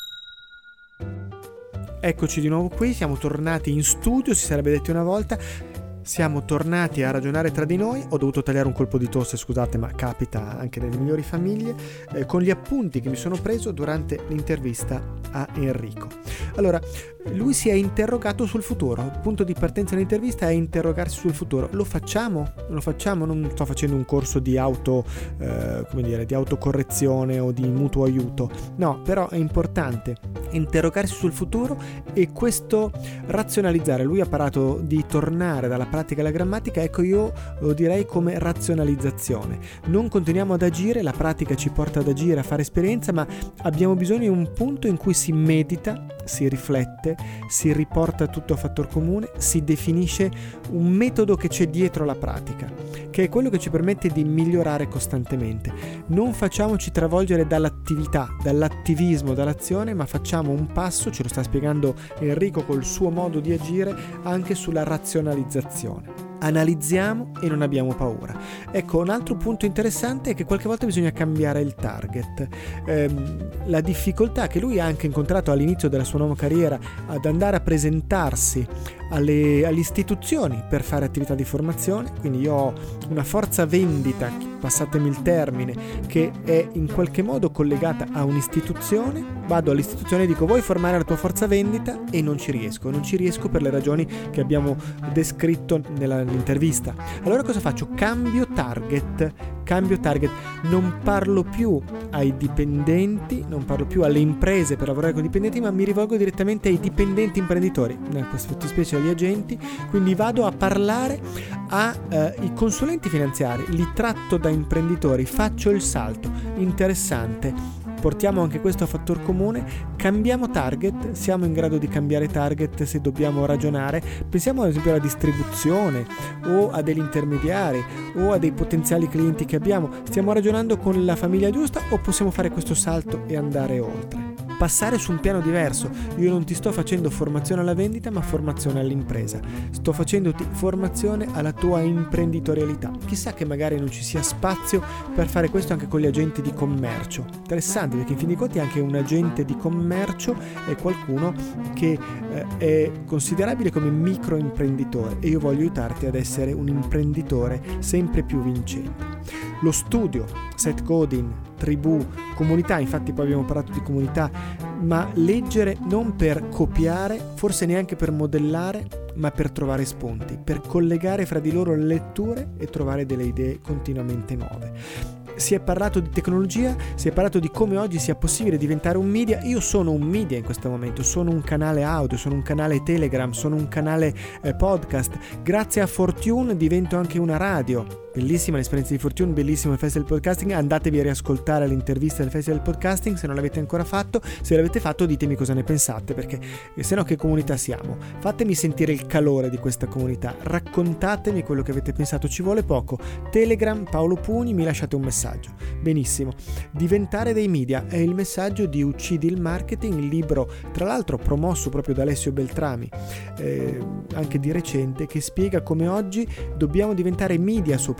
Eccoci di nuovo qui, siamo tornati in studio, si sarebbe detto una volta. Siamo tornati a ragionare tra di noi, ho dovuto tagliare un colpo di tosse, scusate, ma capita anche nelle migliori famiglie, eh, con gli appunti che mi sono preso durante l'intervista a Enrico. Allora, lui si è interrogato sul futuro, il punto di partenza dell'intervista è interrogarsi sul futuro. Lo facciamo? Lo facciamo? Non sto facendo un corso di auto, eh, come dire, di autocorrezione o di mutuo aiuto, no, però è importante interrogarsi sul futuro e questo razionalizzare. Lui ha parlato di tornare dalla pratica alla grammatica, ecco io lo direi come razionalizzazione. Non continuiamo ad agire, la pratica ci porta ad agire, a fare esperienza, ma abbiamo bisogno di un punto in cui si medita, si riflette, si riporta tutto a fattor comune, si definisce un metodo che c'è dietro la pratica, che è quello che ci permette di migliorare costantemente. Non facciamoci travolgere dall'attività, dall'attivismo, dall'azione, ma facciamo un passo, ce lo sta spiegando Enrico col suo modo di agire, anche sulla razionalizzazione. Analizziamo e non abbiamo paura. Ecco, un altro punto interessante è che qualche volta bisogna cambiare il target. Ehm, la difficoltà che lui ha anche incontrato all'inizio della sua nuova carriera ad andare a presentarsi alle, alle istituzioni per fare attività di formazione, quindi io ho una forza vendita, passatemi il termine, che è in qualche modo collegata a un'istituzione, vado all'istituzione e dico vuoi formare la tua forza vendita e non ci riesco, non ci riesco per le ragioni che abbiamo descritto nell'intervista. Allora cosa faccio? Cambio target, cambio target, non parlo più ai dipendenti, non parlo più alle imprese per lavorare con i dipendenti, ma mi rivolgo direttamente ai dipendenti imprenditori, nella fattispecie agli agenti, quindi vado a parlare ai eh, consulenti finanziari, li tratto da imprenditori, faccio il salto, interessante. Portiamo anche questo a fattor comune, cambiamo target, siamo in grado di cambiare target se dobbiamo ragionare, pensiamo ad esempio alla distribuzione o a degli intermediari o a dei potenziali clienti che abbiamo, stiamo ragionando con la famiglia giusta o possiamo fare questo salto e andare oltre? Passare su un piano diverso. Io non ti sto facendo formazione alla vendita, ma formazione all'impresa. Sto facendoti formazione alla tua imprenditorialità. Chissà che magari non ci sia spazio per fare questo anche con gli agenti di commercio. Interessante, perché in fin dei conti anche un agente di commercio è qualcuno che eh, è considerabile come microimprenditore e io voglio aiutarti ad essere un imprenditore sempre più vincente. Lo studio, set coding, tribù, comunità, infatti poi abbiamo parlato di comunità, ma leggere non per copiare, forse neanche per modellare, ma per trovare spunti, per collegare fra di loro le letture e trovare delle idee continuamente nuove. Si è parlato di tecnologia, si è parlato di come oggi sia possibile diventare un media. Io sono un media in questo momento, sono un canale audio, sono un canale Telegram, sono un canale eh, podcast. Grazie a Fortune divento anche una radio. Bellissima l'esperienza di Fortune, bellissimo il Festival del Podcasting, andatevi a riascoltare l'intervista del Festival del Podcasting se non l'avete ancora fatto, se l'avete fatto ditemi cosa ne pensate, perché se no che comunità siamo? Fatemi sentire il calore di questa comunità, raccontatemi quello che avete pensato, ci vuole poco. Telegram, Paolo Pugni, mi lasciate un messaggio. Benissimo, diventare dei media è il messaggio di Uccidi il Marketing, il libro tra l'altro promosso proprio da Alessio Beltrami, eh, anche di recente, che spiega come oggi dobbiamo diventare media sopra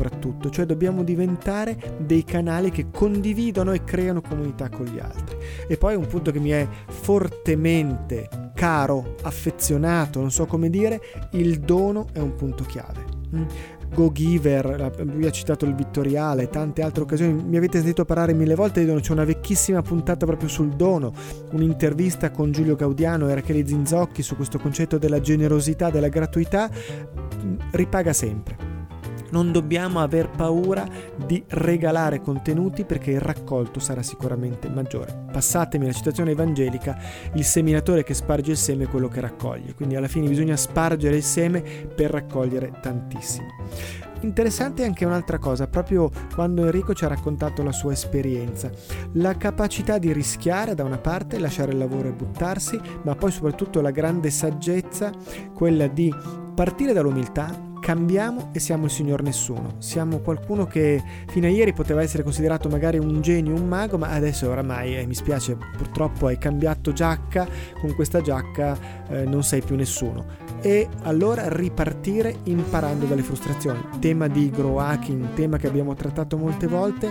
soprattutto, cioè dobbiamo diventare dei canali che condividono e creano comunità con gli altri. E poi un punto che mi è fortemente caro, affezionato, non so come dire, il dono è un punto chiave. Go Giver, lui ha citato il Vittoriale, tante altre occasioni, mi avete sentito parlare mille volte di dono, c'è una vecchissima puntata proprio sul dono, un'intervista con Giulio Gaudiano e Rachele Zinzocchi su questo concetto della generosità, della gratuità, ripaga sempre. Non dobbiamo aver paura di regalare contenuti perché il raccolto sarà sicuramente maggiore. Passatemi la citazione evangelica, il seminatore che sparge il seme è quello che raccoglie, quindi alla fine bisogna spargere il seme per raccogliere tantissimo. Interessante anche un'altra cosa, proprio quando Enrico ci ha raccontato la sua esperienza, la capacità di rischiare da una parte, lasciare il lavoro e buttarsi, ma poi soprattutto la grande saggezza, quella di partire dall'umiltà. Cambiamo e siamo il signor nessuno, siamo qualcuno che fino a ieri poteva essere considerato magari un genio, un mago, ma adesso oramai, eh, mi spiace, purtroppo hai cambiato giacca, con questa giacca eh, non sei più nessuno. E allora ripartire imparando dalle frustrazioni. Tema di grow hacking, tema che abbiamo trattato molte volte.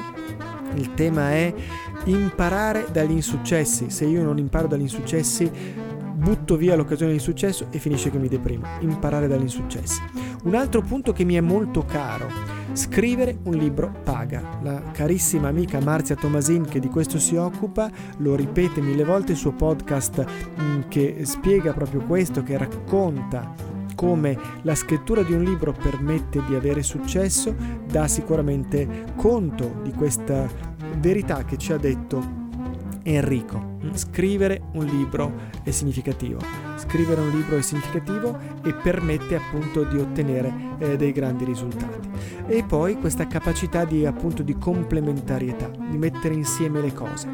Il tema è imparare dagli insuccessi. Se io non imparo dagli insuccessi, butto via l'occasione di successo e finisce che mi deprimo. Imparare dagli insuccessi. Un altro punto che mi è molto caro: scrivere un libro paga. La carissima amica Marzia Tomasin, che di questo si occupa, lo ripete mille volte, il suo podcast mh, che spiega proprio questo, che racconta come la scrittura di un libro permette di avere successo, dà sicuramente conto di questa verità che ci ha detto Enrico. Scrivere un libro è significativo, scrivere un libro è significativo e permette appunto di ottenere eh, dei grandi risultati. E poi questa capacità di appunto di complementarietà, di mettere insieme le cose.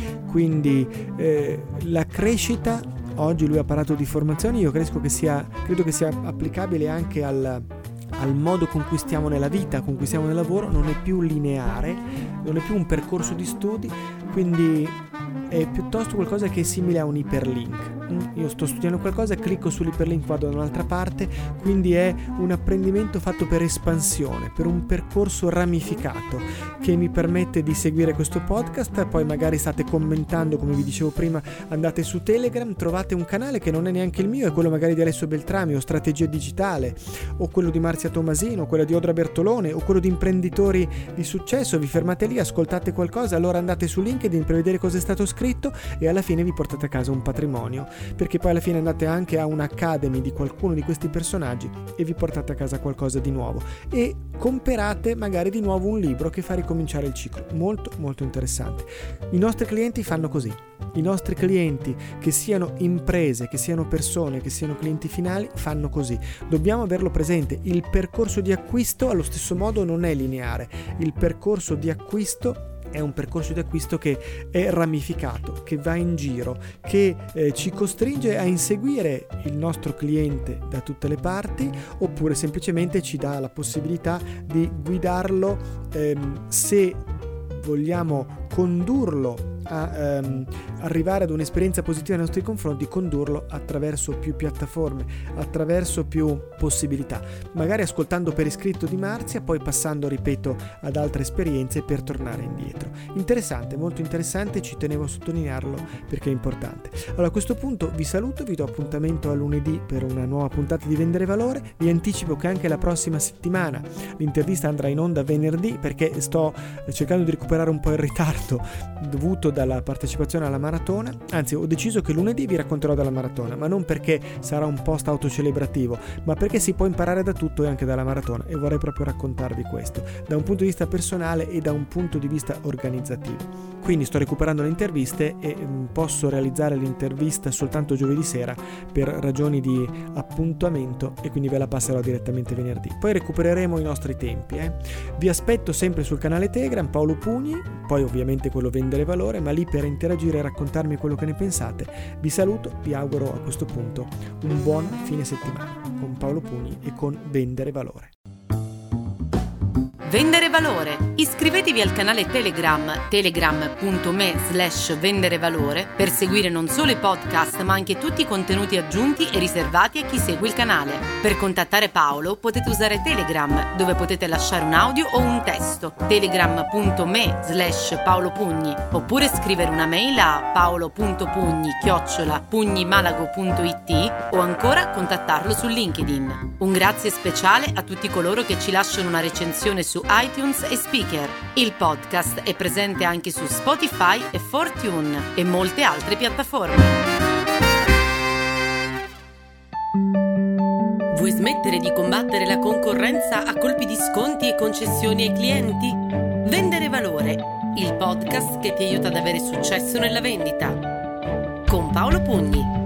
Quindi eh, la crescita, oggi lui ha parlato di formazione, io credo che sia, credo che sia applicabile anche al al modo con cui stiamo nella vita, con cui stiamo nel lavoro. Non è più lineare, non è più un percorso di studi, quindi è piuttosto qualcosa che è simile a un iperlink. Io sto studiando qualcosa, clicco sull'iperlink, vado da un'altra parte, quindi è un apprendimento fatto per espansione, per un percorso ramificato che mi permette di seguire questo podcast. Poi magari state commentando, come vi dicevo prima, andate su Telegram, trovate un canale che non è neanche il mio, è quello magari di Alessio Beltrami o Strategia Digitale, o quello di Marzia Tomasino, quello di Odra Bertolone, o quello di imprenditori di successo. Vi fermate lì, ascoltate qualcosa, allora andate su LinkedIn per vedere cosa è stato scritto e alla fine vi portate a casa un patrimonio, perché poi alla fine andate anche a un'academy di qualcuno di questi personaggi e vi portate a casa qualcosa di nuovo e comprate magari di nuovo un libro che fa ricominciare il ciclo. Molto molto interessante. I nostri clienti fanno così. I nostri clienti, che siano imprese, che siano persone, che siano clienti finali, fanno così. Dobbiamo averlo presente. Il percorso di acquisto allo stesso modo non è lineare. Il percorso di acquisto è un percorso di acquisto che è ramificato, che va in giro, che eh, ci costringe a inseguire il nostro cliente da tutte le parti, oppure semplicemente ci dà la possibilità di guidarlo ehm, se vogliamo condurlo a ehm, arrivare ad un'esperienza positiva nei nostri confronti, condurlo attraverso più piattaforme, attraverso più possibilità, magari ascoltando per iscritto di Marzia, poi passando, ripeto, ad altre esperienze per tornare indietro. Interessante, molto interessante, ci tenevo a sottolinearlo perché è importante. Allora, a questo punto vi saluto, vi do appuntamento a lunedì per una nuova puntata di Vendere Valore. Vi anticipo che anche la prossima settimana l'intervista andrà in onda venerdì, perché sto cercando di recuperare un po' il ritardo dovuto dalla partecipazione alla maratona. Anzi, ho deciso che lunedì vi racconterò della maratona, ma non perché sarà un post autocelebrativo, ma perché si può imparare da tutto e anche dalla maratona, e vorrei proprio raccontarvi questo da un punto di vista personale e da un punto di vista organizzativo. Quindi sto recuperando le interviste e posso realizzare l'intervista soltanto giovedì sera per ragioni di appuntamento, e quindi ve la passerò direttamente venerdì. Poi recupereremo i nostri tempi. Eh. Vi aspetto sempre sul canale Telegram Paolo Pugni, poi ovviamente quello Vendere Valore, ma lì per interagire e raccontarmi quello che ne pensate. Vi saluto, vi auguro a questo punto un buon fine settimana con Paolo Pugni e con Vendere Valore. Vendere valore. Iscrivetevi al canale Telegram telegram.me slash vendere valore per seguire non solo i podcast ma anche tutti i contenuti aggiunti e riservati a chi segue il canale. Per contattare Paolo potete usare Telegram, dove potete lasciare un audio o un testo, telegram.me slash paolopugni, oppure scrivere una mail a paolo.pugni chiocciola pugnimalago.it o ancora contattarlo su LinkedIn. Un grazie speciale a tutti coloro che ci lasciano una recensione su iTunes e Speaker. Il podcast è presente anche su Spotify e Fortune e molte altre piattaforme. Vuoi smettere di combattere la concorrenza a colpi di sconti e concessioni ai clienti? Vendere valore, il podcast che ti aiuta ad avere successo nella vendita. Con Paolo Pugni.